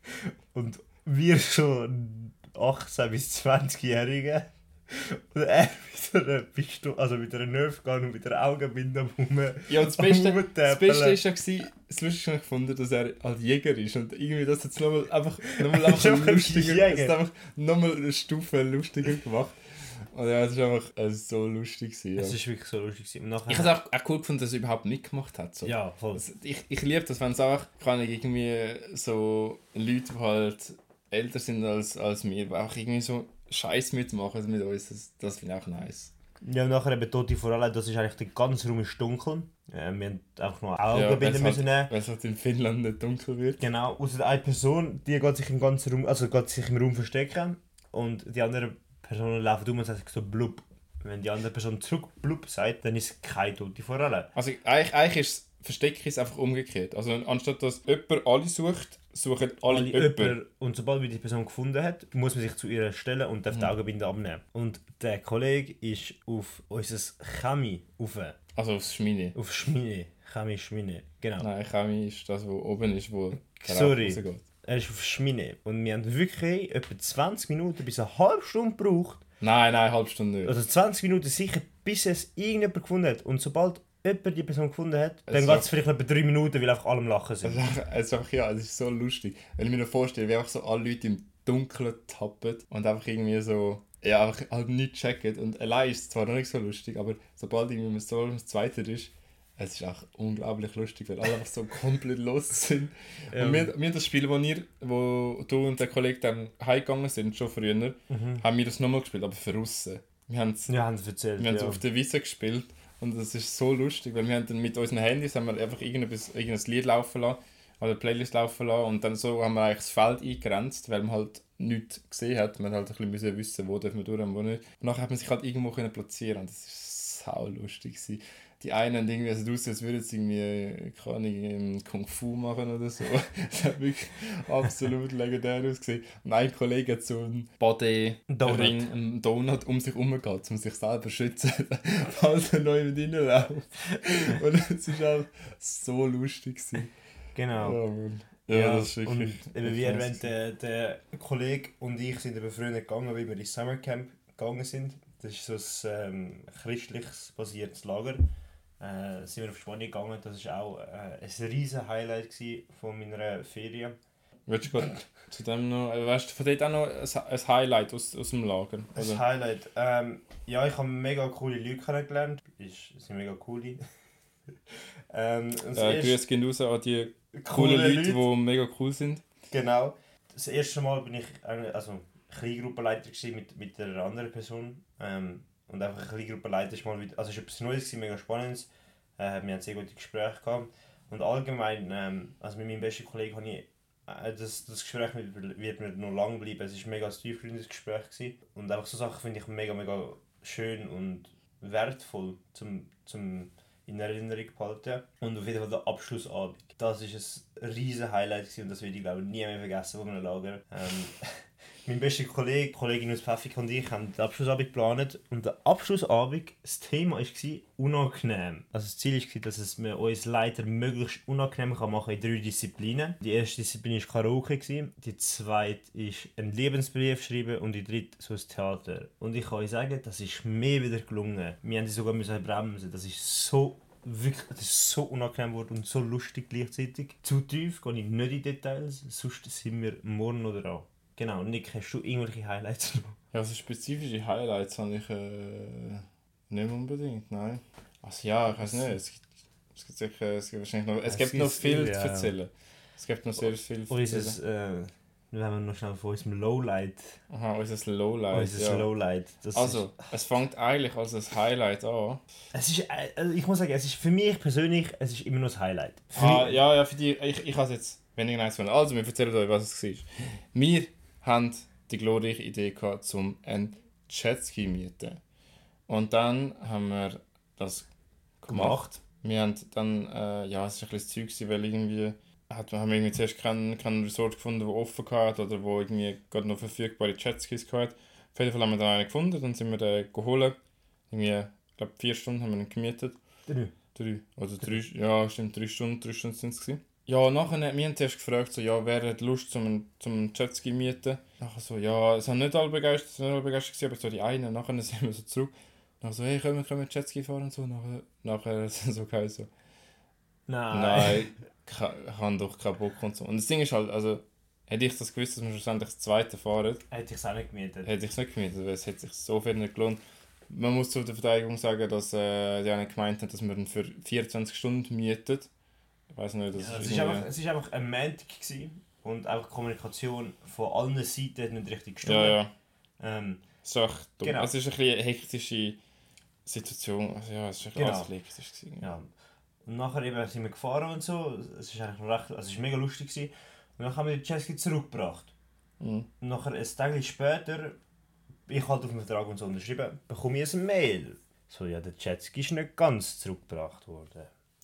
und wir so achtzehn- bis zwanzigjährige und er mit so einer Pistole, also mit einer Nerfgun und mit einer Augenbinde am rum. Ja, und das Beste, am das Beste Rumtäppeln. ist ja gewesen, das Lustigste habe ich gefunden, dass er halt Jäger ist und irgendwie das jetzt nochmal einfach, nochmal einfach Ist einfach ein lustiger, Jäger. es hat einfach nochmal eine Stufe lustiger gemacht. Und ja, es ist einfach es ist so lustig gewesen, ja. Es ist wirklich so lustig gewesen. Und nachher, Ich habe es auch, auch cool gefunden, dass er überhaupt mitgemacht hat. So. ja, voll. Also, ich ich liebe das, wenn es einfach, kann ich irgendwie so Leute, die halt älter sind als, als wir, die einfach irgendwie so Scheiß mitmachen mit uns, das, das finde ich auch nice. Ja, und nachher eben Tote Forelle, das ist eigentlich, der ganze Raum ist dunkel. Äh, wir haben einfach nur Ja, Augenbinde wenn müssen nehmen. halt, wenn es halt in Finnland nicht dunkel wird. Genau, außer eine Person, die geht sich im ganzen Raum, also geht sich im Raum verstecken und die andere Person läuft um und sagt so blub. Wenn die andere Person zurück blub sagt, dann ist es keine Tote Forelle. Also eigentlich, eigentlich ist das Versteck ist einfach umgekehrt. Also anstatt dass jemand alle sucht, suchen alle, Alle jemanden. jemand. Und sobald man die Person gefunden hat, muss man sich zu ihr stellen und darf die Augenbinde abnehmen. Und der Kollege ist auf unser Chemie rauf. Also aufs Schmine. Auf Schmine. Chemie Schmine. Genau. Nein, Chemie ist das, wo oben ist, wo der Rauch Sorry. rausgeht. Er ist auf Schmine. Und wir haben wirklich etwa zwanzig Minuten bis eine halbe Stunde gebraucht. Nein, nein, eine halbe Stunde nicht. Also zwanzig Minuten sicher, bis es irgendjemand gefunden hat. Und sobald jemand die Person gefunden hat, dann Es geht es war- vielleicht etwa drei Minuten, weil einfach alle am Lachen Es sind. ist einfach, es ist einfach, ja, es ist so lustig. Wenn ich mir noch vorstelle, wie einfach so alle Leute im Dunkeln tappen und einfach irgendwie so, ja, einfach halt nichts checken. Und allein ist es zwar noch nicht so lustig, aber sobald irgendwie man so das Zweite ist, es ist auch unglaublich lustig, weil alle einfach so komplett los sind. Ja. Und wir, wir das Spiel, wo, ihr, wo du und der Kollege dann heimgegangen sind, schon früher, Mhm. haben wir das nochmal gespielt, aber für Russen. Wir haben es Ja, haben sie erzählt. wir haben es ja. auf der Wiese gespielt und das ist so lustig, weil wir haben dann mit unseren Handys haben wir einfach irgendetwas, irgendein Lied laufen lassen, oder eine Playlist laufen lassen und dann so haben wir eigentlich das Feld eingegrenzt, weil man halt nichts gesehen hat. Man hat halt ein bisschen wissen, wo dürfen wir durch und wo nicht. Und nachher hat man sich halt irgendwo können platzieren und das ist sau lustig gewesen. Die einen haben irgendwie so aus, als würden sie irgendwie, keine Ahnung, Kung Fu machen oder so. Das hat wirklich absolut legendär ausgesehen. Und ein Kollege hat so einen Body-Ring, Donut. einen Donut um sich herum gehabt, um sich selber zu schützen, falls er neu mit reinläuft. Und es war auch so lustig gewesen. Genau. Ja, Mann. Ja, das ist und wirklich... eben wie krass erwähnt, der, der Kollege und ich sind eben früher gegangen, wie wir ins Summercamp gegangen sind. Das ist so ein ähm, christliches basiertes Lager. Äh, sind wir auf Spanien gegangen. Das war auch äh, ein riesen Highlight gewesen von meiner Ferien. Willst du gerade zu dem noch... äh, Weißt du, von dort auch noch ein ein Highlight aus, aus dem Lager? Ein Oder? Highlight. Ähm, ja, ich habe mega coole Leute kennengelernt. Ist, sind mega coole. ähm, und das Äh, erste- Grüße gehen raus an die coole Leute, Leute. die mega cool sind. Genau. Das erste Mal bin ich eigentlich, also Kleingruppenleiter gewesen mit, mit einer anderen Person. Ähm, und einfach ein Kleingruppenleiter ist mal wieder, also es war etwas Neues, gewesen, mega Spannendes. Äh, wir hatten sehr gute Gespräche gehabt. Und allgemein, ähm, also mit meinem besten Kollegen habe ich, äh, das, das Gespräch mit, wird mir noch lang bleiben. Es war ein mega tiefgreifendes Gespräch gewesen. Und einfach so Sachen finde ich mega, mega schön und wertvoll zum, zum in Erinnerung behalten. Und auf jeden Fall der Abschlussabend. Das war ein riesen Highlight gewesen und das werde ich glaube nie mehr vergessen von einem Lager. Ähm, mein bester Kollege, Kollegin aus Pfäffik und ich haben den Abschlussabend geplant und der Abschlussabend, das Thema war unangenehm. Also das Ziel war, dass es mir uns Leiter möglichst unangenehm machen kann in drei Disziplinen. Die erste Disziplin war Karaoke, die zweite ist einen Lebensbrief schreiben und die dritte so ein Theater. Und ich kann euch sagen, das ist mir wieder gelungen. Wir mussten sogar müssen bremsen. Das ist so wirklich, das ist so unangenehm geworden und so lustig gleichzeitig. Zu tief gehe ich nicht in Details, sonst sind wir morgen noch dran. Genau, Nick, hast du irgendwelche Highlights noch? Ja, also spezifische Highlights habe ich äh, nicht unbedingt, nein. Also ja, ich weiß nicht, es gibt, es gibt sicher, es gibt wahrscheinlich noch, es, es gibt noch viel, viel ja. zu erzählen. Es gibt noch sehr viel zu erzählen. Äh, wenn wir noch schnell von unserem Lowlight. Aha, unser Lowlight, unser ja. Lowlight. Das also, ist, es fängt eigentlich als ein Highlight an. Es ist, also ich muss sagen, es ist für mich persönlich, es ist immer noch ein Highlight. Für ah, mich, ja, ja, für die, ich, ich habe es jetzt weniger nice gefunden. Also, wir erzählen euch, was es war. Wir haben die glorreiche Idee gehabt, um einen Jetski zu mieten. Und dann haben wir das gemacht. gemacht. Wir haben dann, äh, ja, es war ein bisschen Zeug, weil irgendwie hat, haben wir irgendwie zuerst kein, kein Resort gefunden, das offen hatte oder wo irgendwie gerade noch verfügbare Jetskis hatte. Auf jeden Fall haben wir dann einen gefunden, dann sind wir den geholt. Irgendwie, ich glaube, vier Stunden haben wir ihn gemietet. Drei. Drei. Oder drei, ja, stimmt, drei Stunden, drei Stunden sind es gewesen. Ja, nachher, wir haben zuerst gefragt, so, ja, wer hat Lust zum, zum Jetski mieten? Nachher so, ja, es haben nicht alle begeistert, es waren nicht alle begeistert, aber so die einen. Nachher sind wir so zurück. Nachher so, hey, können wir, können wir Jetski fahren und so. Nachher, nachher so geil so. Nein. Nein, ich habe doch keinen Bock und so. Und das Ding ist halt, also, hätte ich das gewusst, dass wir schlussendlich das zweite fahren, hätte ich es auch nicht gemietet. Hätte ich es nicht gemietet, weil es hätte sich so viel nicht gelohnt. Man muss zu der Verteidigung sagen, dass äh, die einen gemeint haben, dass man ihn für vierundzwanzig Stunden mietet. Ich weiß nicht, das ja, ist es ist einfach, es ist einfach ein Montag gewesen und auch die Kommunikation von allen Seiten hat nicht richtig gestimmt. Ja, ja. Ähm, das ist echt dumm. genau. Es ist ein bisschen eine hektische Situation. Also ja, es war genau. alles hektisch gewesen. Ja. Und nachher eben sind wir gefahren und so. Es ist eigentlich noch recht, also es ist mega lustig gewesen. Und dann haben wir den Jetski zurückgebracht. Mhm. Und nachher ein Tag später, ich halt auf den Vertrag und so unterschrieben, bekomme ich ein Mail. So, ja, der Jetski ist nicht ganz zurückgebracht worden.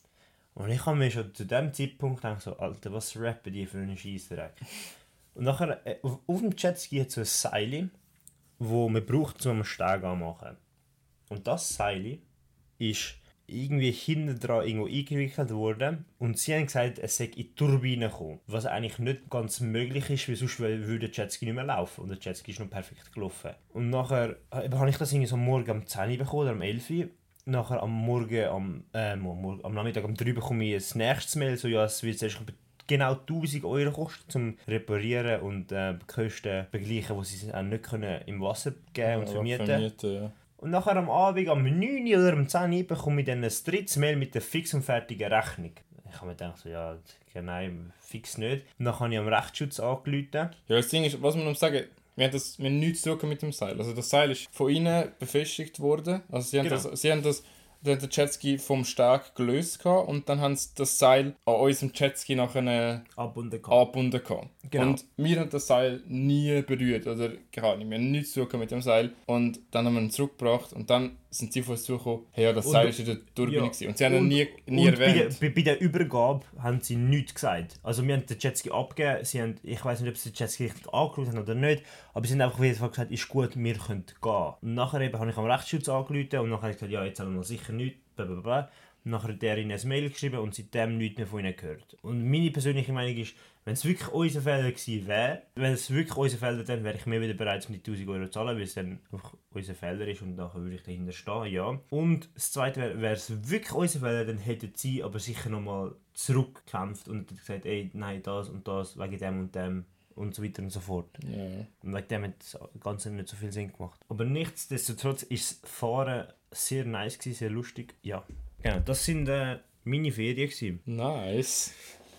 Und ich habe mir schon zu dem Zeitpunkt gedacht, so, Alter, was rappen die für einen Scheissdreck? Und nachher, äh, auf, auf dem Jetski hat es so ein Seil, das man braucht, um einen Steg anzumachen. Und das Seil ist irgendwie hinten dran irgendwo eingewickelt worden und sie haben gesagt, es sei in die Turbine gekommen. Was eigentlich nicht ganz möglich ist, weil sonst würde der Jetski nicht mehr laufen und der Jetski ist noch perfekt gelaufen. Und nachher äh, habe ich das irgendwie so am Morgen um zehn Uhr bekommen oder um elf Uhr. Nachher am Morgen, am, äh, am, am Nachmittag um drei Uhr bekomme ich ein nächstes Mail, so ja, es wird zuerst genau tausend Euro kosten, zum Reparieren und äh, die Kosten begleichen, die sie auch nicht können im Wasser geben Ja, und vermieten. vermieten ja. Und nachher am Abend, am neun Uhr oder um zehn Uhr bekomme ich dann ein drittes Mail mit der fix und fertigen Rechnung. Ich habe mir gedacht, so, ja, nein, fix nicht. Und dann habe ich am Rechtsschutz angerufen. Ja, das Ding ist, was man muss sagen, wir haben, das, wir haben nichts zu tun mit dem Seil. Also das Seil ist von ihnen befestigt worden. Also sie haben, Genau. das, sie haben das, den Jetski vom Steg gelöst gehabt und dann haben sie das Seil an unserem Jetski nachher Abgebunden gehabt. angebunden gehabt. Genau. Und wir haben das Seil nie berührt oder gar nicht. Wir haben nichts zu tun mit dem Seil. Und dann haben wir ihn zurückgebracht und dann sind sie auf uns zugekommen, hey, ja, das Seil war in der Turbine. Ja. Und sie haben ihn nie, nie und erwähnt. Bei der, bei der Übergabe haben sie nichts gesagt. Also wir haben den Jetski abgegeben, sie haben, ich weiß nicht, ob sie den Jetski richtig angeschaut haben oder nicht, aber sie haben einfach wieder gesagt, ist gut, wir können gehen. Und nachher eben habe ich am Rechtsschutz angerufen und nachher habe ich gesagt, ja, jetzt haben wir sicher nichts, blablabla. Und nachher hat der ihnen ein Mail geschrieben und seitdem nichts mehr von ihnen gehört. Und meine persönliche Meinung ist, wenn es wirklich unser Fehler gewesen wäre, wenn es wirklich unser Fehler wäre, dann wäre ich mir wieder bereit, um die tausend Euro zu zahlen, weil es dann unser Fehler ist und nachher würde ich dahinter stehen, ja. Und das Zweite wäre, wäre es wirklich unser Fehler, dann hätten sie aber sicher nochmal zurückgekämpft und gesagt, ey, nein, das und das, wegen dem und dem und so weiter und so fort. Ja. Und wegen dem hat das Ganze nicht so viel Sinn gemacht. Aber nichtsdestotrotz ist das Fahren sehr nice gewesen, sehr lustig, ja. Genau, das sind äh, meine Ferien gewesen. Nice.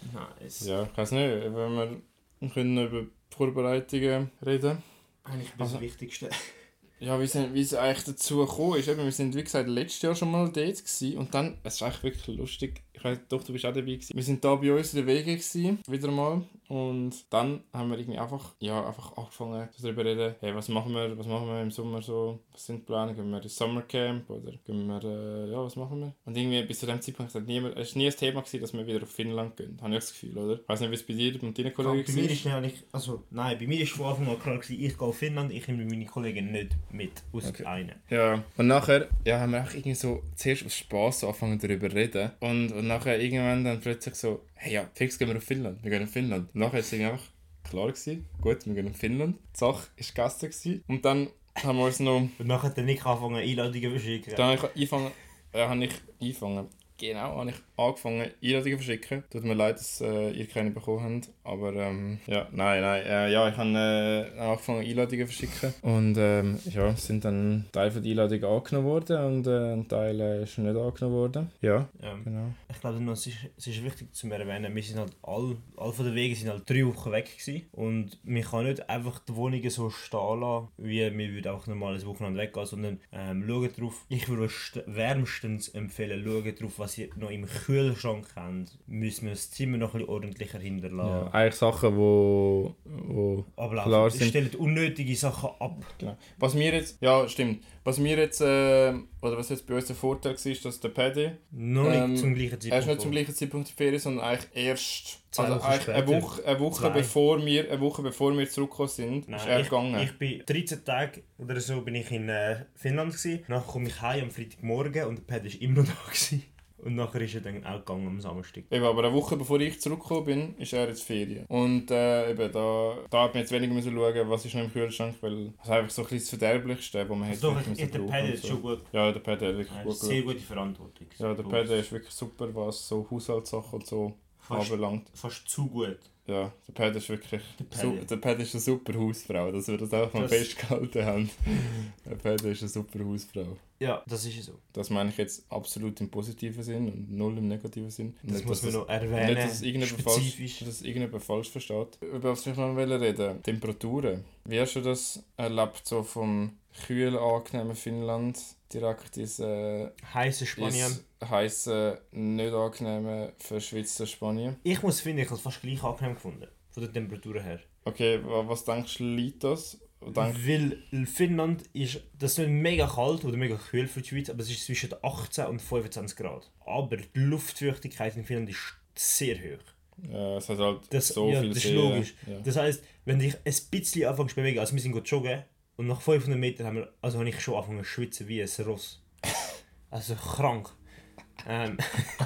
Nice. Ja, ich weiß nicht, wenn wir, wir können über die Vorbereitungen reden. Eigentlich das Also- Wichtigste. Ja, wie, sind, wie es eigentlich dazu gekommen ist. Eben, wir sind, wie gesagt, letztes Jahr schon mal dort gewesen. Und dann, es ist eigentlich wirklich lustig. Ich weiß doch, du bist auch dabei gewesen. Wir sind da bei uns in der Wege gewesen, wieder mal. Und dann haben wir irgendwie einfach, ja, einfach angefangen darüber zu reden. Hey, was machen wir, was machen wir im Sommer so? Was sind die Pläne? Gehen wir ins Summercamp oder gehen wir, äh, ja, was machen wir? Und irgendwie bis zu dem Zeitpunkt hat niemand, es war nie ein Thema gewesen, dass wir wieder auf Finnland gehen. Habe ich das Gefühl, oder? Ich weiß nicht, wie es bei dir und deinen Kollegen Bei mir war. ist eigentlich, also nein, bei mir ist von Anfang an klar gewesen, ich gehe auf Finnland, ich nehme meine Kollegen nicht mit, aus Okay. einen. Ja, und nachher ja, haben wir auch irgendwie so zuerst aus Spass so angefangen darüber zu reden. Und, und nachher irgendwann dann plötzlich so, hey ja, fix gehen wir auf Finnland, wir gehen auf Finnland. Und nachher ist es irgendwie einfach klar gewesen, gut, wir gehen auf Finnland. Die Sache war gegessen gewesen. Und dann haben wir uns noch, Und nachher hat der Nick angefangen Einladungen zu verschicken. dann habe ich angefangen, ja, habe ich angefangen, genau, habe ich angefangen Einladungen zu verschicken. Tut mir leid, dass äh, ihr keine bekommen habt, aber ähm, ja, nein, nein, äh, ja, ich habe äh, angefangen Einladungen zu verschicken und ähm, ja, sind dann ein Teil von der Einladung angenommen worden und äh, ein Teil äh, ist nicht angenommen worden. Ja, Ja. genau. Ich glaube, noch, es, ist, es ist wichtig zu erwähnen, wir sind halt all, all von den Wegen sind halt drei Wochen weg gewesen. Und man kann nicht einfach die Wohnungen so stehen lassen, wie wir würden auch normal ein Wochenende weggehen, sondern ähm, schaut drauf, ich würde euch st- wärmstens empfehlen, schaut drauf, was ihr noch im Kühlschrank habt. Müssen wir das Zimmer noch ein bisschen ordentlicher Ja, hinterlassen. eigentlich Sachen, wo, wo Ablaufen. klar sind. Stellt unnötige Sachen ab. Genau. Was mir jetzt, ja stimmt, was mir jetzt, äh, oder was jetzt bei uns der Vorteil war, ist, dass der Paddy, Noch nicht Ähm, zum gleichen Zeitpunkt. er ist nicht zum gleichen Zeitpunkt in die Ferien, sondern eigentlich erst, Zwei also Wochen eigentlich eine später. Woche, eine Woche Zwei. bevor wir, eine Woche bevor wir zurückgekommen sind, Nein, ist er ich, gegangen. ich bin dreizehn Tage oder so bin ich in äh, Finnland gewesen. Nachher komme ich heim am Freitagmorgen und der Pad war immer noch da gewesen. Und nachher ist er dann auch gegangen am Samstag. Eben, aber eine Woche bevor ich zurückgekommen bin, ist er in die Ferien. Und äh, eben, da, da hat man jetzt weniger müssen schauen, was ist noch im Kühlschrank, weil das ist einfach so ein bisschen das Verderblichste, was man hätte Doch, wirklich ich, müssen der brauchen Pad und ist so. schon gut. Ja, der Pad hat wirklich Er gut ist sehr geschaut. gute Verantwortung. Ja, der Pad ist wirklich super, was so Haushaltssachen und so Fast, anbelangt. fast zu gut. Ja, der Pad ist wirklich... Der Pad. Su der Pad ist eine super Hausfrau, dass wir das auch mal Das- festgehalten haben. Der Pad ist eine super Hausfrau. Ja, das ist so. Das meine ich jetzt absolut im positiven Sinn und null im negativen Sinn. Das Nicht, muss dass man es- noch erwähnen. Nicht, dass es irgendjemand falsch, spezifisch. dass es irgendjemand falsch versteht. Über was ich noch reden Temperaturen. Wie hast du das erlebt, so vom kühl angenehmen Finnland direkt ins, äh, Heiße Spanien. ins heisse, nicht angenehme, verschwitzte Spanien? Ich muss finden, ich habe es fast gleich angenehm gefunden. Von der Temperatur her. Okay, wa- was denkst du, liegt das? Denk, Weil Finnland ist, das ist nicht mega kalt oder mega kühl für die Schweiz, aber es ist zwischen achtzehn und fünfundzwanzig Grad. Aber die Luftfeuchtigkeit in Finnland ist sehr hoch. ja, es hat halt Das, so ja, viel das ist Seen. logisch. Ja. Das heisst, wenn du dich ein bisschen anfängst zu bewegen, also wir sind gut joggen und nach fünfhundert Metern haben wir, also habe ich schon angefangen zu schwitzen wie ein Ross. Also krank. Ähm,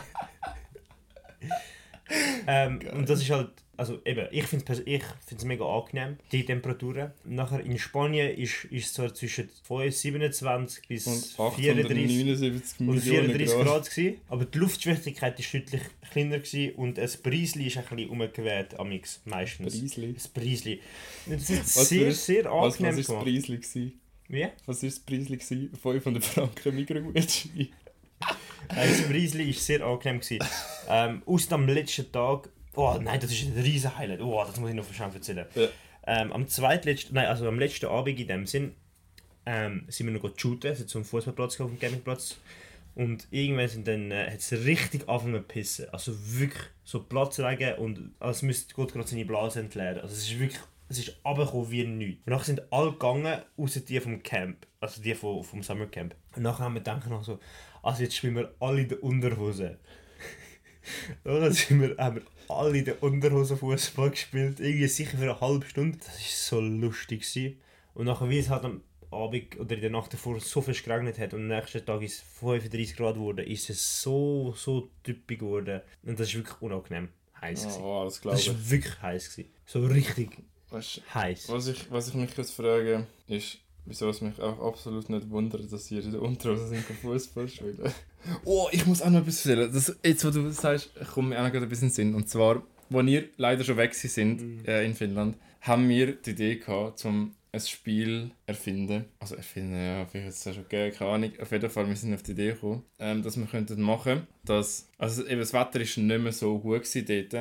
ähm, und das ist halt, also eben, ich finde es ich find's mega angenehm, die Temperaturen. Nachher in Spanien ist ist es zwar zwischen siebenundzwanzig bis Und vierunddreißig achthundertneunundsiebzig und Millionen vierunddreißig Grad. Grad gewesen, aber die Luftfeuchtigkeit war deutlich kleiner gewesen und ein Briesli ist ein bisschen umgewehrt, amix, meistens. Briesli? Ein Briesli. Das ist Was sehr, für- sehr Was, was angenehm war das gemacht. Preisli? gewesen? Wie? Was war das Preisli? gewesen? fünfhundert Franken Mikrogutschein. Nein, das Briesli war sehr angenehm gewesen. ähm, aus am letzten Tag, oh nein, das ist ein riesen Highlight, oh, das muss ich noch verschämt erzählen. Ja. Ähm, am zweitletzten, nein, also am letzten Abend in dem Sinn, ähm, sind wir noch shooten, sind zum Fußballplatz gegangen, auf dem Campingplatz. Und irgendwann sind dann, äh, hat es richtig angefangen zu pissen. Also wirklich so Platz legen und als müsste Gott gerade seine Blase entleeren. Also es ist wirklich, es ist runtergekommen wie nichts. Und nachher sind alle gegangen, außer die vom Camp, also die vom, vom Summercamp. Und nachher haben wir gedacht noch so, also jetzt spielen wir alle in der Unterhose. Und dann sind wir, haben wir alle in der Unterhose Fußball gespielt, irgendwie sicher für eine halbe Stunde. Das war so lustig gewesen. Und nachher, wie es halt am Abend oder in der Nacht davor so viel geregnet hat und am nächsten Tag ist es fünfunddreißig Grad geworden, ist es so, so typisch geworden. Und das ist wirklich unangenehm heiß gewesen. Oh, das glaube Das ich. war wirklich heiß gewesen. So richtig Weißt, heiß. was, ich, was ich mich jetzt frage, ist, wieso es mich auch absolut nicht wundert, dass ihr in der Unterhose sind Fußball spielen. Oh, ich muss auch noch etwas erzählen. Das, jetzt, wo du das sagst, kommt mir auch noch gerade ein bisschen in den Sinn. Und zwar, als wir leider schon weg sind Mhm. äh, in Finnland, haben wir die Idee gehabt, um ein Spiel erfinden. Also erfinden, ja, vielleicht ist es ja schon gegeben, keine Ahnung. Auf jeden Fall, wir sind auf die Idee gekommen, ähm, dass wir könnten machen, dass, also eben das Wetter ist nicht mehr so gut gewesen dort,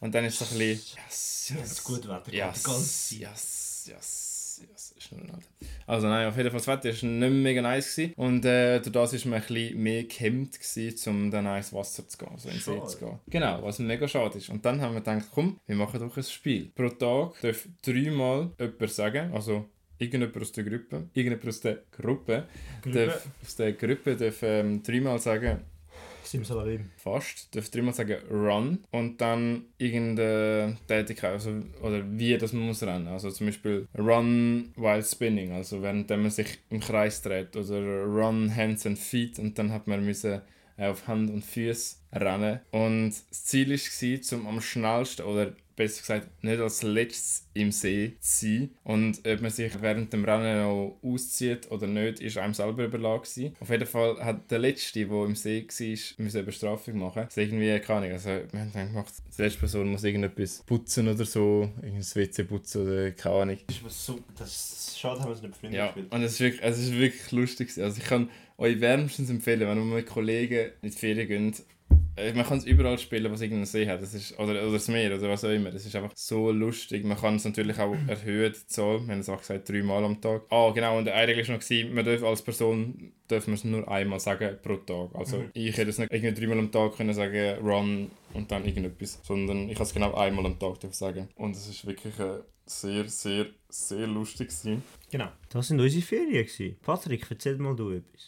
Und dann ist es so ein bisschen... Yes, Ja, das gute Wetter. Yes, Ganz yes, yes, yes. Ist nur Ronaldo. Also nein, auf jeden Fall das Wetter war nicht mega nice. Gewesen. Und äh, durch das war man ein bisschen mehr gehemmt, gewesen, um dann ins Wasser zu gehen, also in den See zu gehen. Genau, was mega schade ist. Und dann haben wir gedacht, komm, wir machen doch ein Spiel. Pro Tag darf dreimal jemand sagen, also irgendjemand aus der Gruppe, irgendjemand aus der Gruppe, Gruppe. darf, aus der Gruppe darf ähm, dreimal sagen, Simsalabim. fast, darf dreimal sagen Run und dann irgendeine Tätigkeit, also, oder wie das man muss rennen. Also zum Beispiel Run while spinning, also während man sich im Kreis dreht, oder Run Hands and Feet, und dann hat man müssen auf Hand und Füße rennen. Und das Ziel war, zum am schnellsten, oder besser gesagt, nicht als letztes im See zu sein. Und ob man sich während dem Rennen noch auszieht oder nicht, ist einem selber überlassen. Auf jeden Fall hat der Letzte, der im See war, müssen eine Bestrafung machen. Das ist irgendwie, keine Ahnung, also wir haben dann gemacht, die letzte Person muss irgendetwas putzen oder so, irgendein W C putzen oder keine Ahnung. Das ist was so, das ist schade, haben wir es nicht Freunde Ja, gespielt. und es ist wirklich, es ist wirklich lustig. Also ich kann euch wärmstens empfehlen, wenn ihr mit Kollegen in die Ferien geht, man kann es überall spielen, was irgendeinen See hat. Das ist, oder, oder das Meer oder was auch immer. Das ist einfach so lustig. Man kann es natürlich auch erhöhen, die Zahl. Wir haben es auch gesagt, dreimal am Tag. Ah, genau, und eine Regel war noch, man darf als Person darf man es nur einmal sagen pro Tag. Also mhm. ich hätte es nicht irgendwie dreimal am Tag können sagen, run und dann irgendetwas. Sondern ich kann es genau einmal am Tag sagen. Und es ist wirklich äh, sehr, sehr, sehr lustig gewesen. Genau. Das waren unsere Ferien gewesen. Patrick, erzähl mal du etwas.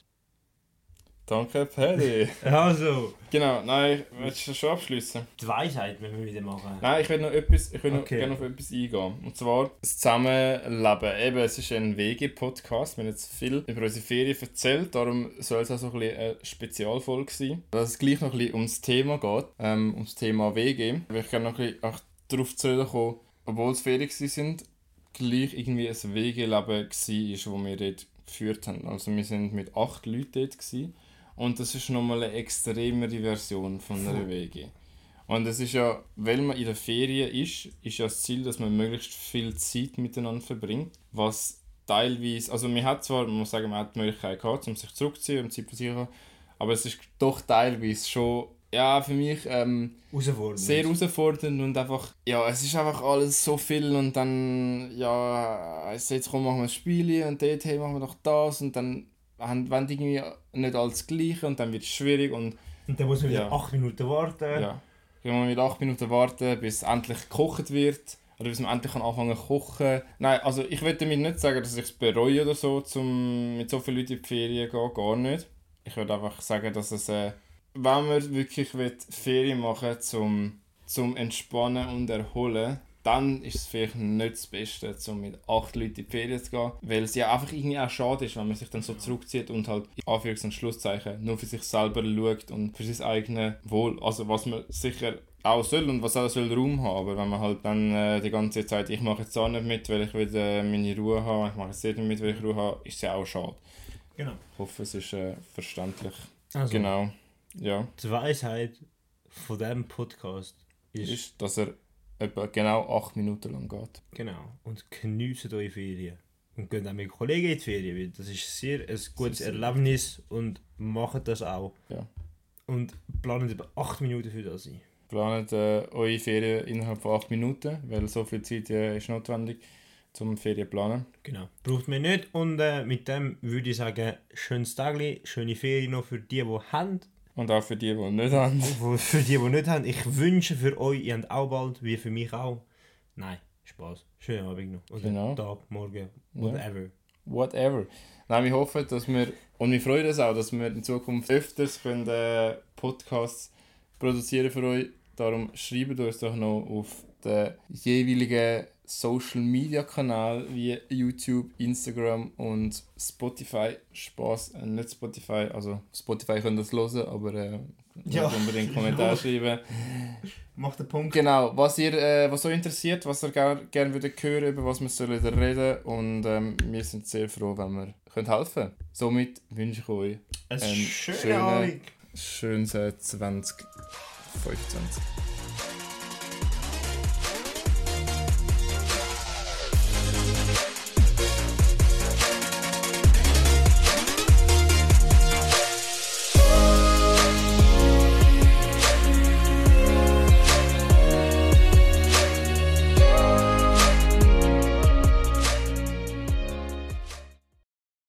Danke, Paddy. Also. Genau, nein, willst du schon abschließen? Die Weisheit müssen wir wieder machen. Nein, ich will noch etwas, ich will noch Okay. gerne auf etwas eingehen. Und zwar das Zusammenleben. Eben, es ist ein W G-Podcast. Wir haben jetzt viel über unsere Ferien erzählt, darum soll es auch so ein bisschen eine Spezialfolge sein. Dass es gleich noch ein bisschen ums Thema geht, ähm, ums Thema W G. Ich will gerne noch ein bisschen auch darauf zurückkommen, obwohl es Ferien sind, gleich irgendwie ein W G-Leben war, das wir dort geführt haben. Also wir waren mit acht Leuten dort gewesen. Und das ist nochmal eine extremere Version von einer W G. Und es ist ja, weil man in der Ferien ist, ist ja das Ziel, dass man möglichst viel Zeit miteinander verbringt. Was teilweise, also man hat zwar, man muss sagen, man hat die Möglichkeit gehabt, um sich zurückzuziehen, um Zeit für sich zu haben, aber es ist doch teilweise schon, ja, für mich ähm, sehr herausfordernd und einfach, ja, es ist einfach alles so viel und dann, ja, jetzt komm, machen wir ein Spiel und dort hey, machen wir doch das und dann haben wir irgendwie nicht alles Gleiche und dann wird es schwierig und... Und dann muss man wieder ja. acht Minuten warten. Ja, dann muss man wieder acht Minuten warten, bis endlich gekocht wird oder bis man endlich anfangen zu kochen. Nein, also ich will damit nicht sagen, dass ich es bereue oder so, zum mit so vielen Leuten in die Ferien zu gehen, gar nicht. Ich würde einfach sagen, dass es, äh, wenn man wirklich Ferien machen will, zum, zum Entspannen und Erholen, dann ist es vielleicht nicht das Beste, um mit acht Leuten in die Ferien zu gehen. Weil es ja einfach irgendwie auch schade ist, wenn man sich dann so zurückzieht und halt in Anführungs- und Schlusszeichen nur für sich selber schaut und für sein eigenes Wohl. Also was man sicher auch soll und was auch soll Raum haben. Aber wenn man halt dann äh, die ganze Zeit, ich mache jetzt auch nicht mit, weil ich wieder meine Ruhe habe, ich mache jetzt nicht mit, weil ich Ruhe habe, ist es ja auch schade. Genau. Ich hoffe, es ist äh, verständlich. Also, Genau. Ja. Die Weisheit von diesem Podcast ist... Ist, dass er etwa genau acht Minuten lang geht. Genau. Und geniessen eure Ferien. Und geht auch mit Kollegen in die Ferien, weil das ist sehr ein gutes sehr Erlebnis und macht das auch. Ja. Und planen etwa acht Minuten für das ein. Planet äh, eure Ferien innerhalb von acht Minuten, weil so viel Zeit äh, ist notwendig zum Ferien planen. Genau. Braucht man nicht. Und äh, mit dem würde ich sagen, schönes Tagli, schöne Ferien noch für die, die haben. Und auch für die, die nicht haben. Für die, die nicht haben. Ich wünsche für euch, ihr habt auch bald, wie für mich auch. Nein, Spaß. Schönen Abend noch. Oder Genau. Tag, Morgen, whatever. Ja. Whatever. Nein, wir hoffen, dass wir, und wir freuen uns auch, dass wir in Zukunft öfters können, äh, Podcasts produzieren für euch. Darum schreibt uns doch noch auf den jeweiligen Social Media Kanal wie YouTube, Instagram und Spotify. Spaß, äh, nicht Spotify, also Spotify könnt ihr es hören, aber äh, Ja. nicht unbedingt Kommentar schreiben. Macht den Punkt. Genau, was ihr äh, was euch interessiert, was ihr gerne gern würdet hören, über was wir sollen reden, und ähm, wir sind sehr froh, wenn wir können helfen können. Somit wünsche ich euch Ein einen schönen schönen, Abend. schönen zwanzig fünfundzwanzig.